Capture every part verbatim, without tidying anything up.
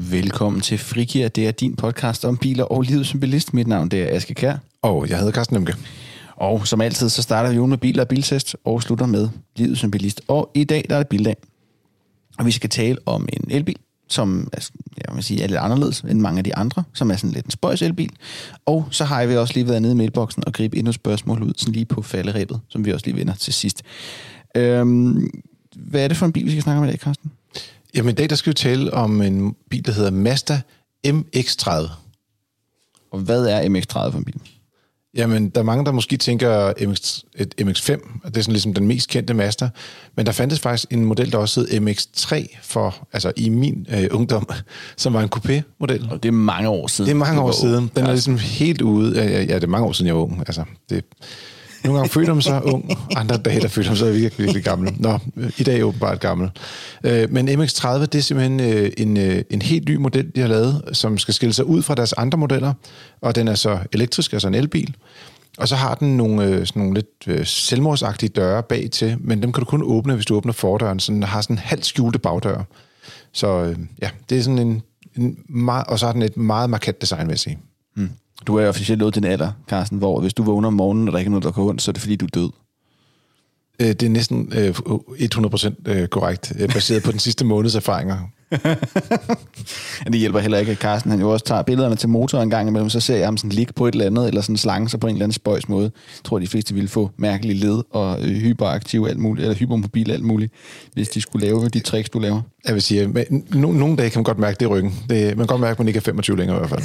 Velkommen til Frigir. Det er din podcast om biler og livet som bilist. Mit navn det er Aske Kjær. Og jeg hedder Carsten Nemke. Og som altid, så starter vi jo med biler og biltest og slutter med livet som bilist. Og i dag der er det bildag. Og vi skal tale om en elbil, som jeg vil sige, er lidt anderledes end mange af de andre, som er sådan lidt en spøjs elbil. Og så har vi også lige været nede i mailboksen og gribe endnu et spørgsmål ud, sådan lige på falderæbet, som vi også lige vender til sidst. Øhm, hvad er det for en bil, vi skal snakke om i dag, Carsten? Jamen i dag der skal vi tale om en bil, der hedder Mazda M X tredive. Og hvad er M X tredive for en bil? Jamen, der er mange, der måske tænker M X, et M X fem, og det er sådan ligesom den mest kendte Mazda. Men der fandtes faktisk en model, der også hed M X tre, for, altså i min øh, ungdom, som var en coupé-model. Og det er mange år siden. Det er mange år siden. Den er ligesom helt ude. Ja, det er mange år siden, jeg var ung. Altså, det, nogle gange følte jeg mig så ung, andre dage, der følte jeg mig så virkelig, virkelig gammel. Nå, i dag er jeg åbenbart gammel. Øh, men M X tredive, det er simpelthen øh, en, øh, en helt ny model, de har lavet, som skal skille sig ud fra deres andre modeller, og den er så elektrisk, altså en elbil. Og så har den nogle, øh, sådan nogle lidt øh, selvmordsagtige døre bag til, men dem kan du kun åbne, hvis du åbner fordøren, så den har sådan en halvt skjulte bagdør. Så øh, ja, det er sådan en, en meget, og så har den et meget markant design, vil jeg sige. Hmm. Du er officielt nået din alder, Carsten, hvor hvis du vågner om morgenen, og der ikke er noget, der går ondt, så er det fordi, du er død. Det er næsten øh, hundrede procent øh, korrekt, øh, baseret på den sidste måneds erfaringer. Det hjælper heller ikke, at Carsten han jo også tager billederne til motoren en gang imellem, så ser jeg ham sådan ligge på et eller andet, eller sådan slange sig på en eller anden spøjs måde. Jeg tror, de fleste ville få mærkelige led og øh, hyperaktiv alt muligt, eller hypermobil alt muligt, hvis de skulle lave de tricks, du laver. Jeg vil sige, at no- nogle dage kan man godt mærke det i ryggen. Det, man kan godt mærke, at man ikke er femogtyve længere i hvert fald.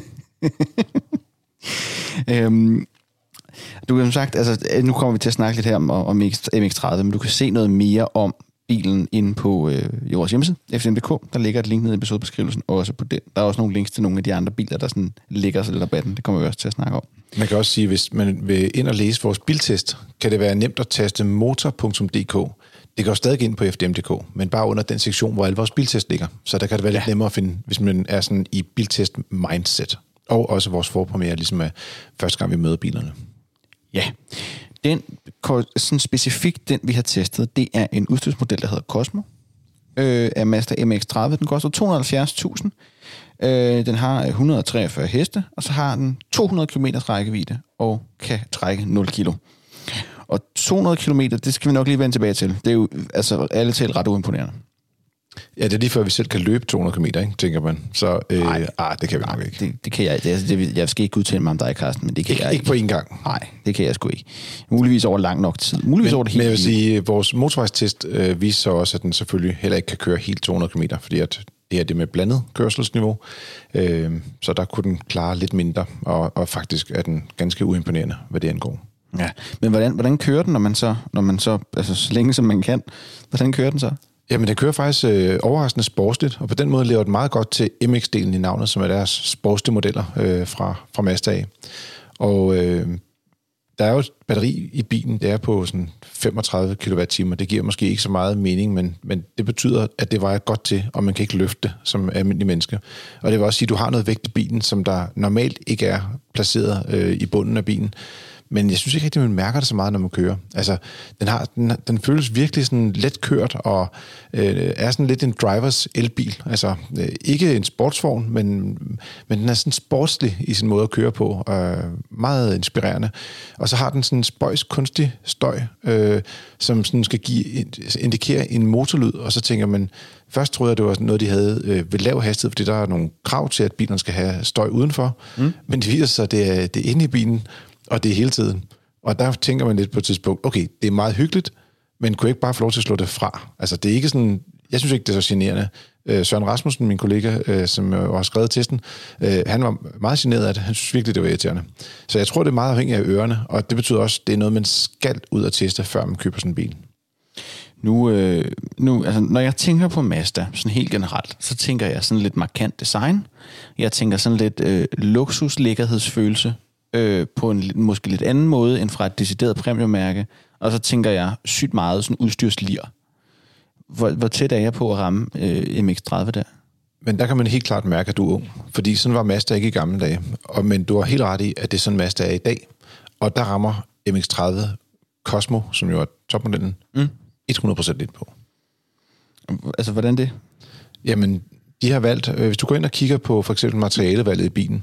øhm, du har som sagt, altså nu kommer vi til at snakke lidt her om, om M X tredive, men du kan se noget mere om bilen inde på øh, i vores hjemmeside, F C M punktum d k. Der ligger et link ned i episodebeskrivelsen også på den. Der er også nogle links til nogle af de andre biler, der sådan ligger sig lidt af batten. Det kommer vi også til at snakke om. Man kan også sige, hvis man vil ind og læse vores biltest, kan det være nemt at taste motor punktum d k. Det går stadig ind på F D M punktum d k, men bare under den sektion, hvor alle vores biltest ligger. Så der kan det være lidt ja. nemmere at finde, hvis man er sådan i biltest mindset. Og også vores forpremiere, ligesom er første gang, vi møder bilerne. Ja, den sådan specifikt, den vi har testet, det er en udstyrsmodel, der hedder Cosmo øh, af Mazda M X tredive. Den koster to hundrede og halvfjerds tusind. Øh, den har et hundrede og treogfyrre heste, og så har den to hundrede kilometer rækkevidde og kan trække nul kilo. Og to hundrede kilometer, det skal vi nok lige vende tilbage til. Det er jo altså alle talt ret uimponerende. Ja, det er lige før, vi selv kan løbe to hundrede kilometer, ikke, tænker man. Så øh, nej, ah, det kan vi nok nej, ikke. Det, det kan jeg det, det, jeg skal ikke udtale mig om dig, Carsten, men det kan ikke, jeg ikke. Ikke på én gang. Nej, det kan jeg sgu ikke. Muligvis over lang nok tid. Muligvis men, over det hele. Men jeg vil sige, at vores motorvejstest øh, viser så også, at den selvfølgelig heller ikke kan køre helt to hundrede kilometer, fordi at det er det med blandet kørselsniveau. Øh, så der kunne den klare lidt mindre, og, og faktisk er den ganske uimponerende, hvad det angår. Ja, men hvordan, hvordan kører den, når man så, når man så, altså så længe som man kan, hvordan kører den så? Jamen, det kører faktisk øh, overraskende sportsligt, og på den måde lever det meget godt til M X-delen i navnet, som er deres sportslige modeller øh, fra, fra Mazda af. Og øh, der er jo et batteri i bilen, det er på sådan femogtredive kilowatt-timer. Det giver måske ikke så meget mening, men, men det betyder, at det vejer godt til, og man kan ikke løfte det som almindelig menneske. Og det vil også sige, at du har noget vægt i bilen, som der normalt ikke er placeret øh, i bunden af bilen. Men jeg synes ikke rigtig, man mærker det så meget, når man kører. Altså, den, har, den, den føles virkelig sådan let kørt, og øh, er sådan lidt en drivers elbil. Altså, øh, ikke en sportsvogn, men, men den er sådan sportslig i sin måde at køre på. Øh, meget inspirerende. Og så har den sådan en spøjs kunstig støj, øh, som sådan skal give, indikere en motorlyd, og så tænker man, først troede jeg, det var noget, de havde øh, ved lav hastighed, fordi der er nogle krav til, at bilen skal have støj udenfor. Mm. Men det viser sig, at det er, det er inde i bilen, og det er hele tiden. Og der tænker man lidt på et tidspunkt, okay, det er meget hyggeligt, men kunne jeg ikke bare få lov til at slå det fra? Altså, det er ikke sådan, jeg synes ikke, det er så generende. Øh, Søren Rasmussen, min kollega, øh, som har skrevet testen, øh, han var meget generet af det. Han synes virkelig, det var irriterende. Så jeg tror, det er meget afhængigt af ørerne, og det betyder også, det er noget, man skal ud og teste, før man køber sådan en bil. Nu, øh, nu altså, når jeg tænker på Mazda, sådan helt generelt, så tænker jeg sådan lidt markant design. Jeg tænker sådan lidt øh, luksuslækkerhedsfølelse, Øh, på en måske lidt anden måde end fra et decideret premiummærke, og så tænker jeg sygt meget sådan udstyrslir. Hvor, hvor tæt er jeg på at ramme øh, M X tredive der? Men der kan man helt klart mærke, at du er ung, fordi sådan var Mazda ikke i gamle dage. Og, men du har helt ret i, at det er sådan Mazda er i dag, og der rammer M X tredive Cosmo, som jo er topmodellen, mm. hundrede procent lidt på. Altså, hvordan det? Jamen, de har valgt, øh, hvis du går ind og kigger på for eksempel materialevalget i bilen,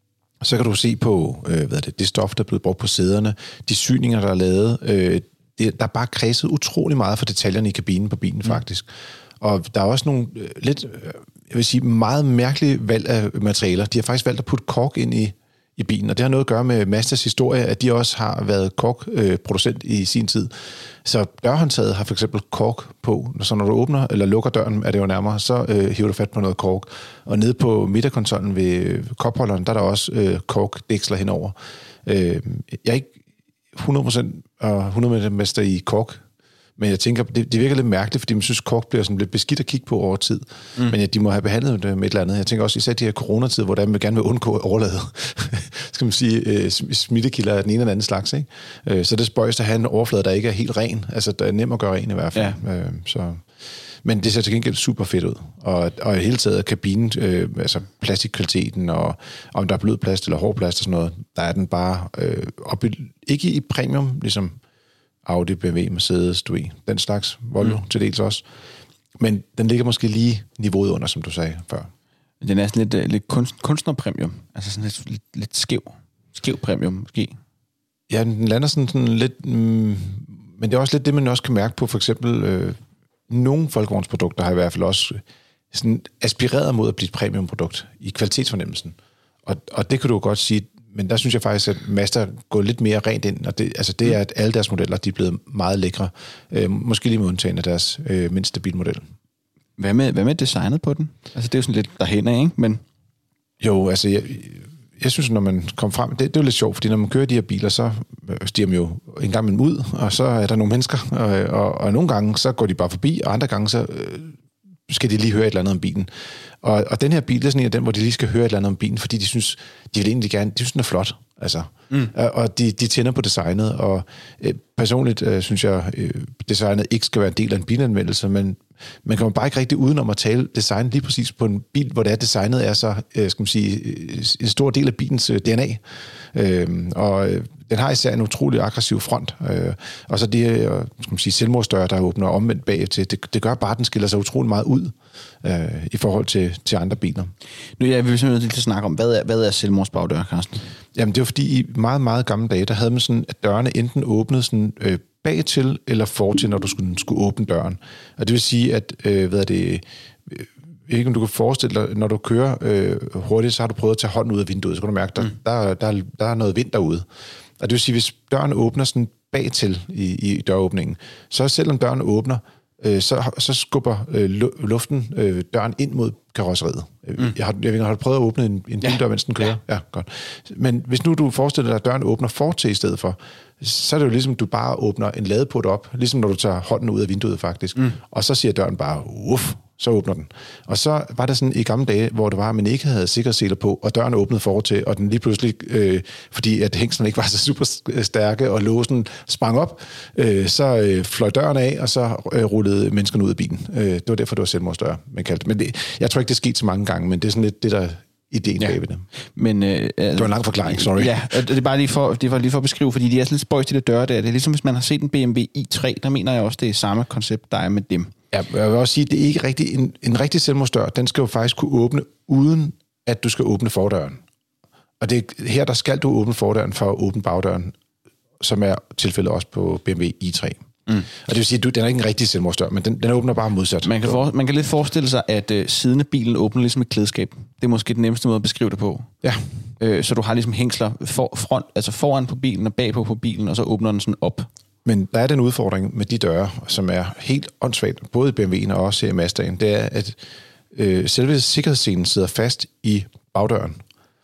så kan du se på øh, hvad er det, det stof, der er blevet brugt på sæderne, de syninger, der er lavet. Øh, det, der er bare kredset utrolig meget for detaljerne i kabinen på bilen, faktisk. Mm. Og der er også nogle øh, lidt, øh, jeg vil sige, meget mærkelige valg af materialer. De har faktisk valgt at putte kork ind i, i bilen, og det har noget at gøre med Mazdas historie, at de også har været korkproducent øh, i sin tid. Så dørhåndtaget har for eksempel kork på, så når du åbner eller lukker døren, er det jo nærmere, så øh, hiver du fat på noget kork. Og nede på midterkonsollen ved kopholderen, der er der også øh, korkdæksler henover. Øh, jeg er ikke hundrede procent og hundrede procent mester i kork, men jeg tænker, det, det virker lidt mærkeligt, fordi man synes, kork bliver sådan lidt beskidt at kigge på over tid. Mm. Men ja, de må have behandlet det med et eller andet. Jeg tænker også, især de her coronatid, hvor der man gerne vil undgå at overlade, skal man sige, øh, smittekilder af den ene eller anden slags. Ikke? Øh, så det spøjs at have en overflade, der ikke er helt ren. Altså, der er nem at gøre ren i hvert fald. Ja. Øh, så. Men det ser til gengæld super fedt ud. Og, og i hele taget kabinen, øh, altså plastikkvaliteten, og om der er blød plast eller hård plast og sådan noget, der er den bare øh, op i, ikke i premium, ligesom Audi, B M W, Mercedes, du ved, den slags, Volvo mm. til dels også. Men den ligger måske lige niveauet under, som du sagde før. Den er sådan lidt, lidt kunst, kunstnerpremium, altså sådan lidt, lidt, lidt skæv, skæv premium måske. Ja, den lander sådan, sådan lidt, mm, men det er også lidt det, man også kan mærke på, for eksempel øh, nogle folkevognsprodukter har i hvert fald også sådan aspireret mod at blive et premiumprodukt i kvalitetsfornemmelsen. Og, og det kan du godt sige, men der synes jeg faktisk, at Mazda går lidt mere rent ind, og det, altså det er, at alle deres modeller, de er blevet meget lækre. Øh, måske lige med undtagen af deres øh, mindst stabile model. Hvad med, hvad med designet på den? Altså det er jo sådan lidt derhen af, ikke? Men... Jo, altså jeg, jeg synes, når man kommer frem, det, det er jo lidt sjovt, fordi når man kører de her biler, så stiger man jo en gang med ud, og så er der nogle mennesker, og, og, og nogle gange, så går de bare forbi, og andre gange, så øh, skal de lige høre et eller andet om bilen. Og, og den her bil, det er sådan en af dem, hvor de lige skal høre et eller andet om bilen, fordi de synes, de vil egentlig gerne, de synes, den er flot. Altså. Mm. Og de, de tænder på designet, og øh, personligt øh, synes jeg, øh, designet ikke skal være en del af en bilanmeldelse, men man kommer bare ikke rigtig udenom at tale design lige præcis på en bil, hvor det er, designet er så, øh, skal man sige, en stor del af bilens øh, D N A. Øh, og øh, den har især en utrolig aggressiv front, øh, og så det, øh, skal man sige, selvmordsdøre, der åbner omvendt bagefter, det, det gør bare, at den skiller sig utrolig meget ud øh, i forhold til, til andre biler. Nu ja, vi vil simpelthen lige snakke om, hvad er, hvad er selvmordsbagdør, Carsten? Jamen det var fordi, i meget, meget gamle dage, der havde man sådan, at dørene enten åbnede sådan øh, bagtil eller fortil, når du skulle, skulle åbne døren. Og det vil sige, at, øh, hvad er det, øh, jeg ved ikke, om du kan forestille dig, når du kører øh, hurtigt, så har du prøvet at tage hånden ud af vinduet, så kan du mærke, der, mm. der, der, der er noget vind derude. Og det vil sige, hvis døren åbner sådan bagtil i, i døråbningen, så selvom døren åbner, øh, så, så skubber øh, luften øh, døren ind mod karrosseriet. Mm. Jeg har, jeg har prøvet at åbne en, en bildør, ja. mens den kører. Ja. Ja, godt. Men hvis nu du forestiller dig, at døren åbner fortil i stedet for, så er det jo ligesom, du bare åbner en ladeport op, ligesom når du tager hånden ud af vinduet faktisk. Mm. Og så siger døren bare, uff, så åbner den. Og så var det sådan i gamle dage, hvor det var, at man ikke havde sikkerhedsseler på, og døren åbnede fortil, og den lige pludselig, øh, fordi at hængslerne ikke var så super stærke, og låsen sprang op, øh, så øh, fløj døren af, og så øh, rullede menneskerne ud af bilen. Øh, det var derfor, det var selvmordsdør, man kaldte det. Men det, jeg tror ikke, det skete så mange gange, men det er sådan lidt det, der ideen ja. bagved det. Men, øh, det var en lang forklaring, sorry. Ja, det er bare lige for, det var lige for at beskrive, fordi de er sådan lidt spøjs til det døre der. Det er ligesom, hvis man har set en B M W i tre, der mener jeg også, det er samme koncept, der er med dem. Ja, jeg vil også sige, det er ikke rigtig en, en rigtig selvmordsdør. Den skal jo faktisk kunne åbne, uden at du skal åbne fordøren. Og det, her der skal du åbne fordøren for at åbne bagdøren, som er tilfældet også på B M W i tre. Mm. Og det vil sige, at den er ikke en rigtig selvmordsdør, men den, den åbner bare modsat. Man kan, for, man kan lidt forestille sig, at øh, siden af bilen åbner ligesom et klædeskab. Det er måske den nemmeste måde at beskrive det på. Ja. Øh, så du har ligesom hængsler for, front, altså foran på bilen og bagpå på bilen, og så åbner den sådan op. Men der er den udfordring med de døre, som er helt åndssvagt, både i B M W'en og også i Mazdaen, det er, at øh, selve sikkerhedsscenen sidder fast i bagdøren.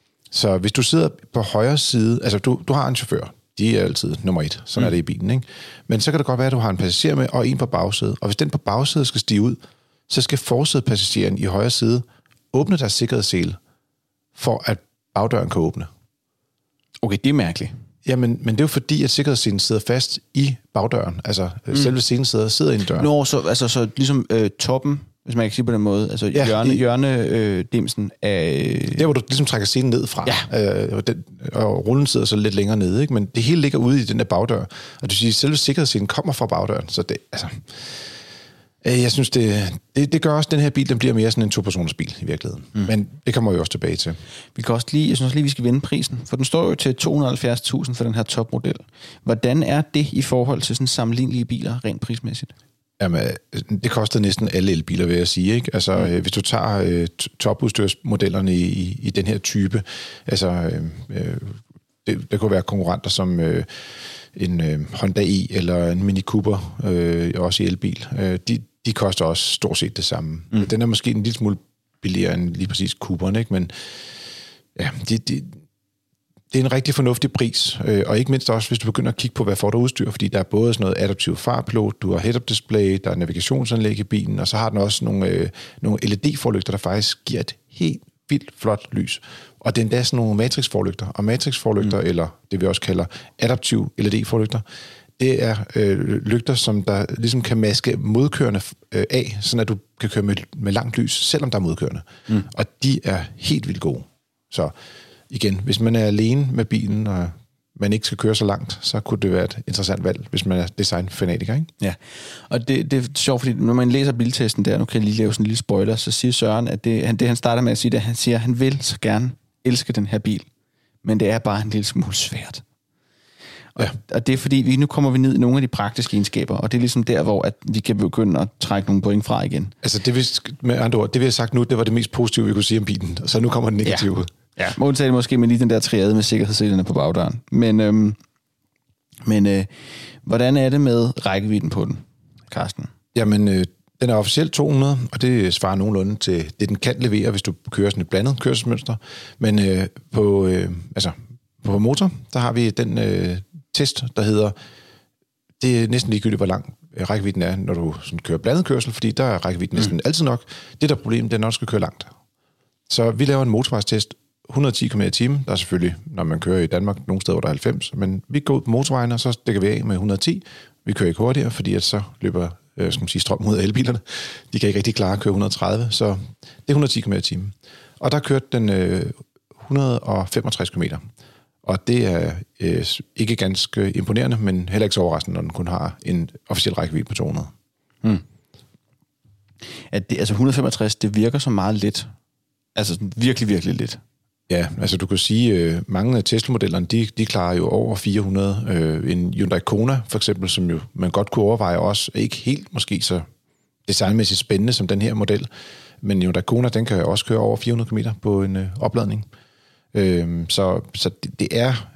Så hvis du sidder på højre side, altså du, du har en chauffør, de er altid nummer et, sådan mm. er det i bilen, ikke? Men så kan det godt være, at du har en passager med og en på bagsædet, og hvis den på bagsædet skal stige ud, så skal forsædepassageren i højre side åbne deres sikkerhedssele, for at bagdøren kan åbne. Okay, det er mærkeligt. Jamen, men det er jo fordi, at sikkerhedsscenen sidder fast i bagdøren. Altså, mm. selve scenen sidder, sidder inde i døren. Nå, så, altså, så ligesom øh, toppen, hvis man kan sige på den måde, altså ja, hjørne, i, hjørnedimsen af... Der, hvor du ligesom trækker scenen ned fra, ja. øh, og, den, og rullen sidder så lidt længere nede, ikke? Men det hele ligger ude i den der bagdør. Og du siger, at selve sikkerhedsscenen kommer fra bagdøren, så det, altså... Jeg synes, det, det, det gør også, at den her bil, den bliver mere sådan en to-personers bil i virkeligheden. Mm. Men det kommer vi også tilbage til. Vi kan også lige, jeg synes også lige, vi skal vende prisen, for den står jo til to hundrede og halvfjerds tusind for den her topmodel. Hvordan er det i forhold til sådan sammenlignelige biler rent prismæssigt? Jamen, det koster næsten alle elbiler, vil jeg sige. Ikke? Altså, mm. hvis du tager øh, topudstyrsmodellerne i, i, i den her type, altså, øh, det, det kunne være konkurrenter som øh, en øh, Honda E eller en Mini Cooper, øh, også i elbil. Øh, de, de koster også stort set det samme. Mm. Den er måske en lille smule billigere end lige præcis Cooperen, ikke? Men ja, de, de, det er en rigtig fornuftig pris, øh, og ikke mindst også, hvis du begynder at kigge på, hvad får du udstyr, fordi der er både sådan noget adaptiv fartpilot, du har head-up display, der er navigationsanlæg i bilen, og så har den også nogle, øh, nogle L E D-forlygter, der faktisk giver et helt vildt flot lys. Og det er endda sådan nogle matrix-forlygter, og matrix-forlygter, mm. eller det vi også kalder adaptiv L E D-forlygter, det er øh, lygter, som der ligesom kan maske modkørende øh, af, sådan at du kan køre med, med langt lys, selvom der er modkørende. Mm. Og de er helt vildt gode. Så igen, hvis man er alene med bilen, og man ikke skal køre så langt, så kunne det være et interessant valg, hvis man er designfanatiker, ikke? Ja, og det, det er sjovt, fordi når man læser biltesten der, nu kan jeg lige lave sådan en lille spoiler, så siger Søren, at det han, det, han starter med at sige, det, han siger, at han vil så gerne elske den her bil, men det er bare en lille smule svært. Og, ja. og det er fordi, vi, nu kommer vi ned i nogle af de praktiske egenskaber, og det er ligesom der, hvor at vi kan begynde at trække nogle point fra igen. Altså det vil, med andre ord, det vi har sagt nu, det var det mest positive, vi kunne sige om bilen, så nu kommer det negative ud. Ja, ja. Undtagen måske med lige den der triade med sikkerhedsselerne på bagdøren. Men, øhm, men øh, hvordan er det med rækkevidden på den, Carsten? Jamen, øh, den er officielt to hundrede, og det svarer nogenlunde til det, den kan levere, hvis du kører sådan et blandet kørselsmønster. Men øh, på, øh, altså, på motor, der har vi den øh, test, der hedder, det er næsten ligegyldigt, hvor lang rækkevidden er, når du sådan kører blandet kørsel, fordi der er rækkevidden næsten mm. altid nok. Det der problem, det er, når du skal køre langt. Så vi laver en motorvejstest, et hundrede og ti kilometer i timen. Der er selvfølgelig, når man kører i Danmark, nogle steder, hvor der er halvfems, men vi går ud på motorvejen, og så stikker vi af med et hundrede og ti. Vi kører ikke hurtigere, fordi at så løber øh, skal man sige, strøm ud af elbilerne. De kan ikke rigtig klare at køre et hundrede og tredive, så det er et hundrede og ti kilometer i timen. Og der kørte den øh, et hundrede og femogtres kilometer. Og det er øh, ikke ganske imponerende, men heller ikke så overraskende, når den kun har en officiel rækkevidde på to hundrede. Hmm. At det, altså et hundrede og femogtres, det virker så meget let. Altså virkelig, virkelig lidt. Ja, altså du kan sige, øh, mange af Tesla-modellerne, de, de klarer jo over fire hundrede. Øh, en Hyundai Kona for eksempel, som jo man godt kunne overveje også, er ikke helt måske så designmæssigt spændende som den her model. Men Hyundai Kona, den kan jo også køre over fire hundrede kilometer på en øh, opladning. Øh, så så det, det, er,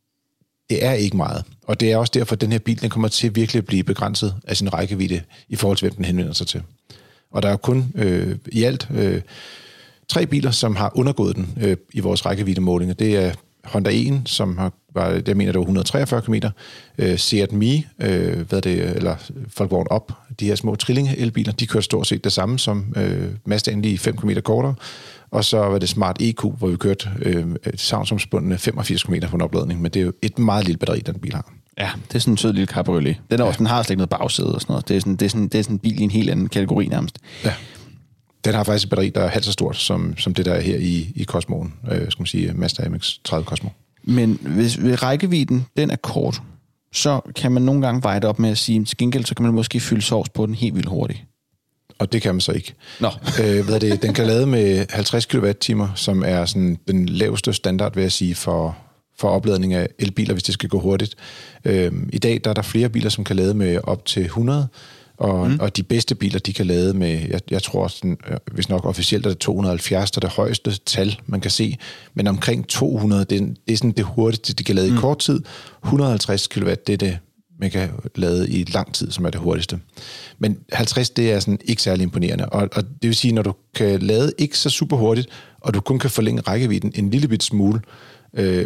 det er ikke meget. Og det er også derfor, at den her bil, den kommer til virkelig at blive begrænset af sin rækkevidde i forhold til, hvem den henvender sig til. Og der er jo kun øh, i alt... Øh, Tre biler, som har undergået den øh, i vores rækkeviddemålinger. Det er Honda E'en, som har, var, jeg mener, det var et hundrede og treogfyrre kilometer. Øh, Seat Mii, øh, hvad det, eller Volkswagen Up, de her små trillinge-elbiler, de kørte stort set det samme som øh, Mazdaen lige fem kilometer kortere. Og så var det Smart E Q, hvor vi kørte øh, savnsomspundne femogfirs kilometer på en opladning. Men det er jo et meget lille batteri, den bil har. Ja, det er sådan en sød lille cabriolet. Den, er også, ja. Den har slet ikke noget bagsæde og sådan noget. Det er sådan, det er sådan, det er sådan en bil i en helt anden kategori nærmest. Ja. Den har faktisk et batteri, der er halvt så stort, som, som det der er her i, i Cosmoen, øh, skal man sige, Mazda M X tredive Cosmo. Men hvis, hvis rækkevidden, den er kort, så kan man nogle gange veje det op med at sige, til gengæld, så kan man måske fylde sovs på den helt vildt hurtigt. Og det kan man så ikke. Nå. øh, hvad er det? Den kan lade med halvtreds kilowatt-timer, som er sådan den laveste standard, vil jeg sige, for, for opladning af elbiler, hvis det skal gå hurtigt. Øh, I dag der er der flere biler, som kan lade med op til hundrede, Og, mm. og de bedste biler, de kan lade med, jeg, jeg tror, sådan, hvis nok officielt er det to hundrede og halvfjerds, der er det højeste tal, man kan se. Men omkring to hundrede, det er, det er sådan det hurtigste, de kan lade mm. i kort tid. et hundrede og halvtreds kilowatt, det er det, man kan lade i lang tid, som er det hurtigste. Men halvtreds, det er sådan ikke særlig imponerende. Og, og det vil sige, når du kan lade ikke så super hurtigt, og du kun kan forlænge rækkevidden en lille bit smule, øh,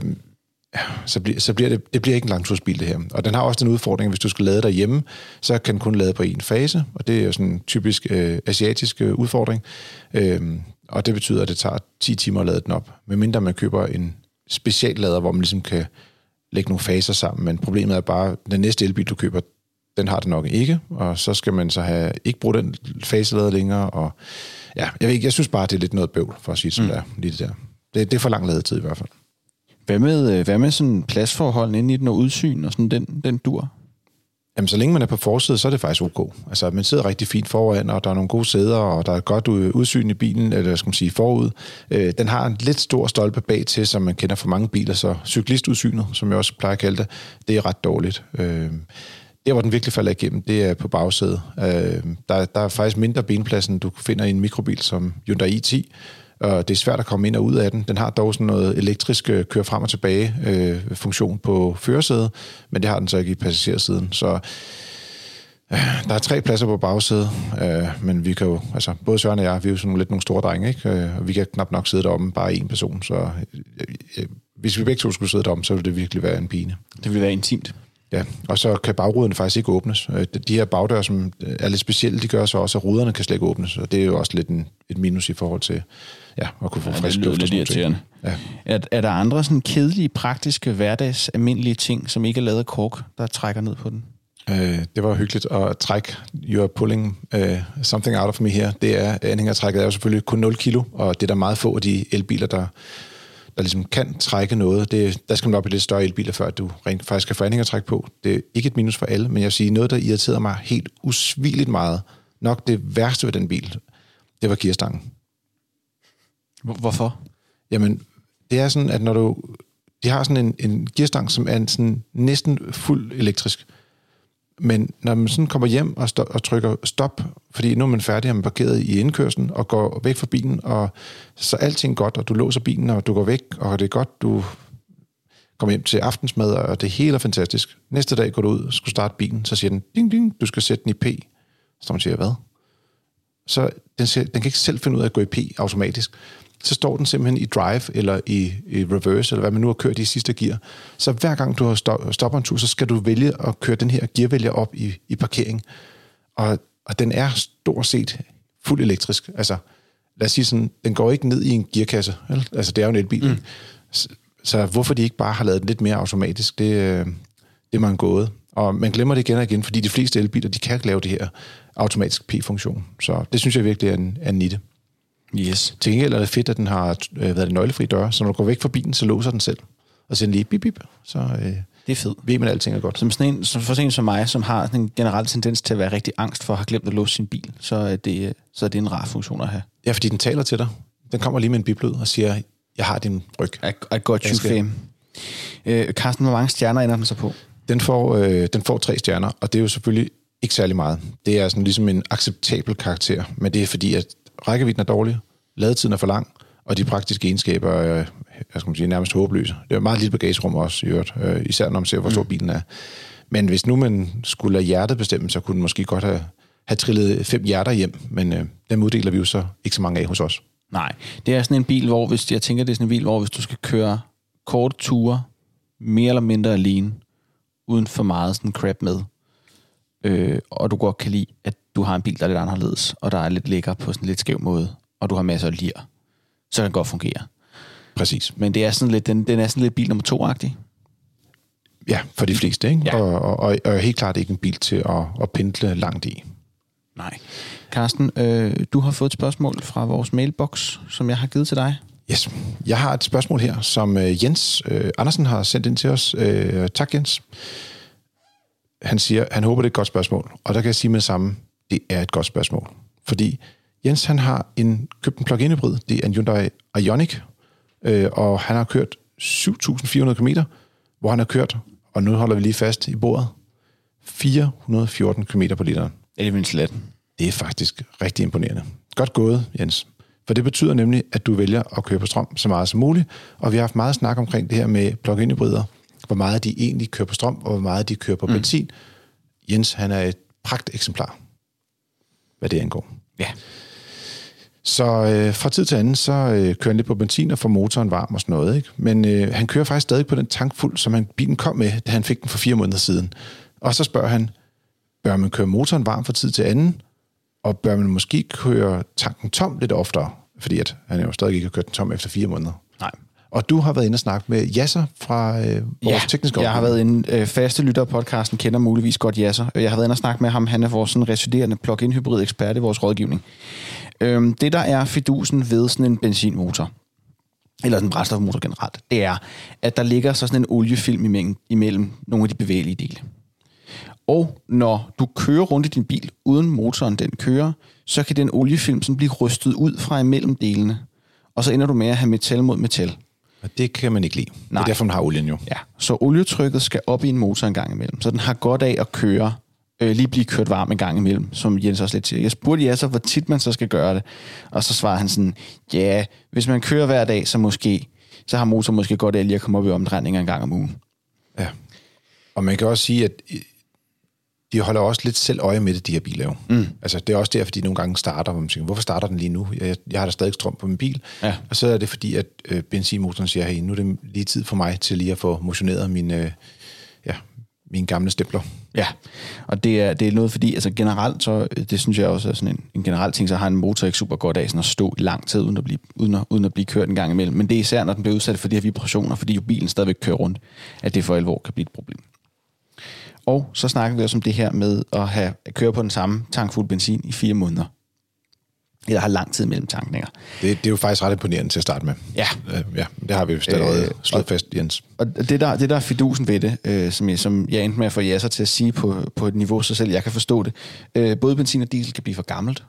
så bliver, så bliver det, det bliver ikke en langtursbil, det her. Og den har også den udfordring, hvis du skal lade derhjemme, så kan den kun lade på en fase, og det er jo sådan en typisk øh, asiatisk øh, udfordring. Øhm, og det betyder, at det tager ti timer at lade den op, medmindre man køber en speciallader, hvor man ligesom kan lægge nogle faser sammen. Men problemet er bare, at den næste elbil, du køber, den har det nok ikke, og så skal man så have ikke bruge den faselader længere. Og ja, jeg, ved ikke, jeg synes bare, det er lidt noget bøvl, for at sige det som mm. det er, lige det der. Det, det er for lang ladetid i hvert fald. Hvad med, hvad med sådan pladsforholdene inde i den og udsyn og sådan den, den dur? Jamen, så længe man er på forsiden, så er det faktisk ok. Altså, man sidder rigtig fint foran, og der er nogle gode sæder, og der er et godt udsyn i bilen, eller skal man sige, forud. Øh, den har en lidt stor stolpe bag til, som man kender fra mange biler, så cyklistudsynet, som jeg også plejer at kalde det, det er ret dårligt. Øh, der, hvor den virkelig falder igennem, det er på bagsædet. Øh, der, der er faktisk mindre benplads, end du finder i en mikrobil som Hyundai i ti, og det er svært at komme ind og ud af den. Den har dog sådan noget elektrisk køre frem og tilbage øh, funktion på førersædet, men det har den så ikke i passagersiden. Så øh, der er tre pladser på bagsædet, øh, men vi kan jo, altså både Søren og jeg, vi er jo sådan lidt nogle store drenge, ikke? Øh, og vi kan knap nok sidde deromme, bare én person, så øh, øh, hvis vi begge to skulle sidde deromme, så ville det virkelig være en pine. Det ville være intimt. Ja, og så kan bagruderne faktisk ikke åbnes. De her bagdøre, som er lidt specielle, de gør så også, at ruderne kan slet ikke åbnes, og det er jo også lidt en, et minus i forhold til ja, at kunne få ja, frisk luft. Det er lidt irriterende. Ja. Er, er der andre sådan kedelige, praktiske, hverdags, almindelige ting, som ikke er lavet af kork, der trækker ned på den? Øh, det var hyggeligt at trække. You're pulling uh, something out of me her. Det er, anhængertrækket er jo selvfølgelig kun nul kilo, og det er der meget få af de elbiler, der der ligesom kan trække noget. Det, der skal man op i lidt større elbiler, før du rent faktisk kan få anhængertræk på. Det er ikke et minus for alle, men jeg vil sige, noget, der irriterede mig helt usvigeligt meget, nok det værste ved den bil, det var gearstangen. Hvorfor? Jamen, det er sådan, at når du... De har sådan en, en gearstang, som er sådan næsten fuld elektrisk. Men når man sådan kommer hjem og, stop, og trykker stop, fordi nu er man færdig, og man parkeret i indkørslen og går væk fra bilen, og så er alting godt, og du låser bilen, og du går væk, og det er godt, du kommer hjem til aftensmad, og det hele er fantastisk. Næste dag går du ud og skal starte bilen, så siger den, ding, ding, du skal sætte den i P. Så man siger, hvad? Så den, siger, den kan ikke selv finde ud af at gå i P automatisk. Så står den simpelthen i drive, eller i, i reverse, eller hvad man nu har kørt i sidste gear. Så hver gang du har stop, stopper en tur, så skal du vælge at køre den her gearvælger op i, i parkering. Og, og den er stort set fuld elektrisk. Altså, lad os sige sådan, den går ikke ned i en gearkasse. Eller? Altså, det er jo en elbil. Mm. Så, så hvorfor de ikke bare har lavet den lidt mere automatisk, det, det er man gået. Og man glemmer det igen og igen, fordi de fleste elbiler, de kan ikke lave det her automatisk P-funktion. Så det synes jeg virkelig er en, er en nitte. Yes. Til gengæld er det fedt, at den har øh, været en nøglefri dør, så når du går væk fra bilen, så låser den selv. Og så den lige bip, bip, så øh, det er fedt. Ved man, at alting er godt. Som sådan en, som for sådan en som mig, som har sådan en generel tendens til at være rigtig angst for at have glemt at låse sin bil, så er det, så er det en rar funktion at have. Ja, fordi den taler til dig. Den kommer lige med en biblyd og siger, jeg har din ryg. I, I got you, fame. Øh, Carsten, hvor mange stjerner ender den så på? Den får, øh, den får tre stjerner, og det er jo selvfølgelig ikke særlig meget. Det er sådan ligesom en acceptabel karakter, men det er fordi, at rækkevidden er dårlig, ladetiden er for lang, og de praktiske egenskaber er jeg skal man sige, nærmest håbløse. Det er meget lille bagagerum også, i øvrigt, øh, især når man ser, hvor stor mm. bilen er. Men hvis nu man skulle lade hjertet bestemme, så kunne den måske godt have, have trillet fem hjerter hjem, men øh, dem uddeler vi jo så ikke så mange af hos os. Nej, det er sådan en bil, hvor hvis jeg tænker, det er sådan en bil, hvor hvis du skal køre korte ture, mere eller mindre alene, uden for meget sådan crap med, øh, og du godt kan lide, at du har en bil, der er lidt anderledes, og der er lidt lækker på sådan en lidt skæv måde, og du har masser af lir, så kan det godt fungere. Præcis. Men det er sådan lidt, den, den er sådan lidt bil nummer to-agtig. Ja, for de fleste, ikke? Ja. Og, og, og, og helt klart ikke en bil til at, at pendle langt i. Nej. Carsten, øh, du har fået et spørgsmål fra vores mailbox, som jeg har givet til dig. Yes. Jeg har et spørgsmål her, som øh, Jens øh, Andersen har sendt ind til os. Øh, tak, Jens. Han siger, han håber, det er et godt spørgsmål. Og der kan jeg sige med det samme, det er et godt spørgsmål. Fordi Jens, han har en, købt en plug-in hybrid. Det er en Hyundai Ioniq. Øh, og han har kørt syv tusind fire hundrede kilometer, hvor han har kørt, og nu holder vi lige fast i bordet, fire hundrede og fjorten kilometer på literen. Det er mindst let. Det er faktisk rigtig imponerende. Godt gået, Jens. For det betyder nemlig, at du vælger at køre på strøm så meget som muligt. Og vi har haft meget snak omkring det her med plug-in hybrider. Hvor meget de egentlig kører på strøm, og hvor meget de kører på mm. benzin. Jens, han er et pragt eksemplar, hvad det angår. Ja. Så øh, fra tid til anden, så øh, kører han lidt på benzin og får motoren varm og sådan noget. Ikke? Men øh, han kører faktisk stadig på den tankfuld, som han, bilen kom med, da han fik den for fire måneder siden. Og så spørger han, bør man køre motoren varm fra tid til anden? Og bør man måske køre tanken tom lidt oftere? Fordi at han jo stadig ikke har kørt den tom efter fire måneder. Nej. Og du har været inde og snakke med Yasser fra øh, vores ja, tekniske jeg har været en øh, faste lytter af podcasten, kender muligvis godt Yasser. Jeg har været inde og snakke med ham, han er vores sådan, residerende plug-in hybrid ekspert i vores rådgivning. Øhm, det der er fidusen ved sådan en benzinmotor, eller sådan en brændstofmotor generelt, det er, at der ligger så sådan en oliefilm imellem, imellem nogle af de bevægelige dele. Og når du kører rundt i din bil, uden motoren den kører, så kan den oliefilm sådan blive rystet ud fra imellem delene. Og så ender du med at have metal mod metal. Og det kan man ikke lide. Nej. Det er derfor, man har olien jo. Ja, så olietrykket skal op i en motor en gang imellem. Så den har godt af at køre, øh, lige blive kørt varm en gang imellem, som Jens også lidt siger. Jeg spurgte jer så, hvor tit man så skal gøre det. Og så svarer han sådan, ja, hvis man kører hver dag, så måske, så har motoren måske godt af lige at komme op i omdrejninger en gang om ugen. Ja. Og man kan også sige, at de holder også lidt selv øje med det, de her biler jo. Mm. Altså, det er også derfor, de nogle gange starter, hvor man tænker, hvorfor starter den lige nu? Jeg, jeg har da stadig strøm på min bil. Ja. Og så er det fordi, at øh, benzinmotoren siger, hey, nu er det lige tid for mig til lige at få motioneret mine, øh, ja, mine gamle stempler. Ja, og det er, det er noget, fordi altså generelt, så det synes jeg også er sådan en, en generel ting, så har en motor ikke super godt af sådan at stå i lang tid, uden at, blive, uden, at, uden at blive kørt en gang imellem. Men det er især, når den bliver udsat for de her vibrationer, fordi jo bilen stadigvæk kører rundt, at det for alvor kan blive et problem. Og så snakker vi også om det her med at have at køre på den samme tankfuld benzin i fire måneder. Eller har lang tid mellem tankninger. Det, det er jo faktisk ret imponerende til at starte med. Ja. Øh, ja, det har vi jo allerede øh, slået fast, Jens. Og det der, det der er fidusen ved det, øh, som, jeg, som jeg endte med at få jer til at sige på, på et niveau, så selv jeg kan forstå det. Øh, både benzin og diesel kan blive for gammelt.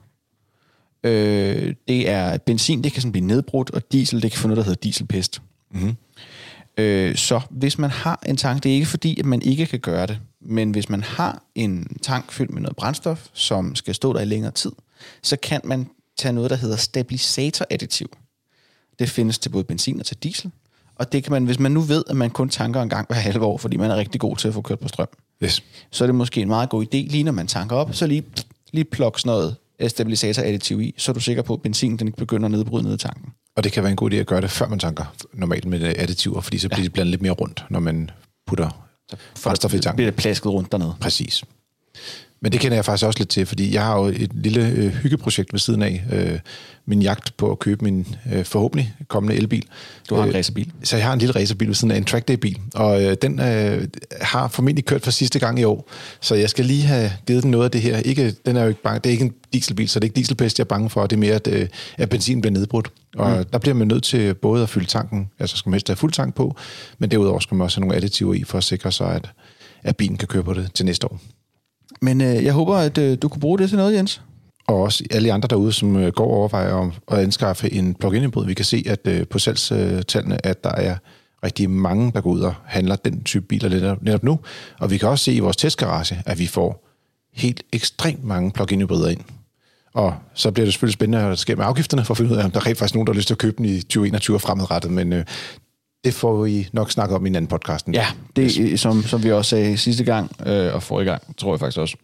Øh, det er benzin, det kan sådan blive nedbrudt, og diesel, det kan få noget, der hedder dieselpest. Mm-hmm. Øh, så hvis man har en tank, det er ikke fordi, at man ikke kan gøre det, men hvis man har en tank fyldt med noget brændstof, som skal stå der i længere tid, så kan man tage noget, der hedder stabilisatoradditiv. Det findes til både benzin og til diesel, og det kan man, hvis man nu ved, at man kun tanker en gang hver halve år, fordi man er rigtig god til at få kørt på strøm, yes. så er det måske en meget god idé, lige når man tanker op, så lige, lige plukke sådan noget stabilisatoradditiv i, så er du sikker på, at benzinen den ikke begynder at nedbryde ned i tanken. Og det kan være en god idé at gøre det, før man tanker normalt med additiver, fordi så bliver ja. det blandet lidt mere rundt, når man putter brændstof i tanken. Bliver det plasket rundt dernede. Præcis. Men det kender jeg faktisk også lidt til, fordi jeg har jo et lille øh, hyggeprojekt ved siden af. Øh, min jagt på at købe min øh, forhåbentlig kommende elbil. Du har en racerbil. Så jeg har en lille racerbil ved siden af, en trackday-bil. Og øh, den øh, har formentlig kørt for sidste gang i år. Så jeg skal lige have givet den noget af det her. Ikke, den er jo ikke bange, det er ikke en dieselbil, så det er ikke dieselpest, jeg er bange for. Det er mere, at, øh, at benzin bliver nedbrudt. Og mm. der bliver man nødt til både at fylde tanken, altså skal man helst have fuld tank på, men derudover skal man også have nogle additiver i, for at sikre sig, at, at bilen kan køre på det til næste år. Men øh, jeg håber, at øh, du kunne bruge det til noget, Jens. Og også alle andre derude, som øh, går og overvejer om at anskaffe en plug-in hybrid. Vi kan se, at øh, på salgstallene, at der er rigtig mange, der går ud og handler den type biler netop, netop nu. Og vi kan også se i vores testgarage, at vi får helt ekstremt mange plug-in hybrider ind. Og så bliver det selvfølgelig spændende, hvad der sker med afgifterne, for at finde ud af, om der er rent faktisk nogen, der har lyst til at købe den i tyve enogtyve fremadrettet. Men øh, det får vi nok snakke om i en anden podcast. Ja, det som, som vi også sagde sidste gang, øh, og forrige gang, tror jeg faktisk også.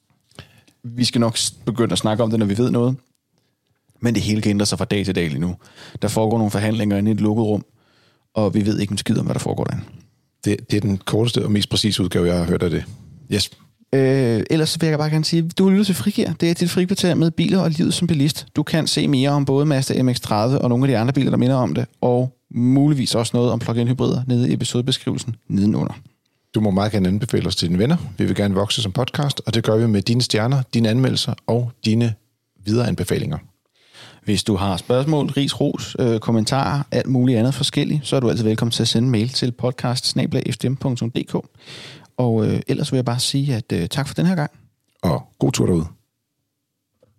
Vi skal nok begynde at snakke om det, når vi ved noget. Men det hele kan ændre sig fra dag til dag lige nu. Der foregår nogle forhandlinger inde i et lukket rum, og vi ved ikke en skid om, hvad der foregår derinde. Det, det er den korteste og mest præcise udgave, jeg har hørt af det. Yes. Øh, ellers vil jeg bare gerne sige, du lytter til Frigir. Det er dit frikvarter med biler og livet som bilist. Du kan se mere om både Mazda M X tredive og nogle af de andre biler, der minder om det, og muligvis også noget om plug-in hybrider nede i episodebeskrivelsen nedenunder. Du må meget gerne anbefale os til dine venner. Vi vil gerne vokse som podcast, og det gør vi med dine stjerner, dine anmeldelser og dine videre anbefalinger. Hvis du har spørgsmål, ris, ros, øh, kommentarer, alt muligt andet forskelligt, så er du altid velkommen til at sende mail til podcast snabel-a f d m punktum d k. Og øh, ellers vil jeg bare sige, at øh, tak for den her gang. Og god tur derude.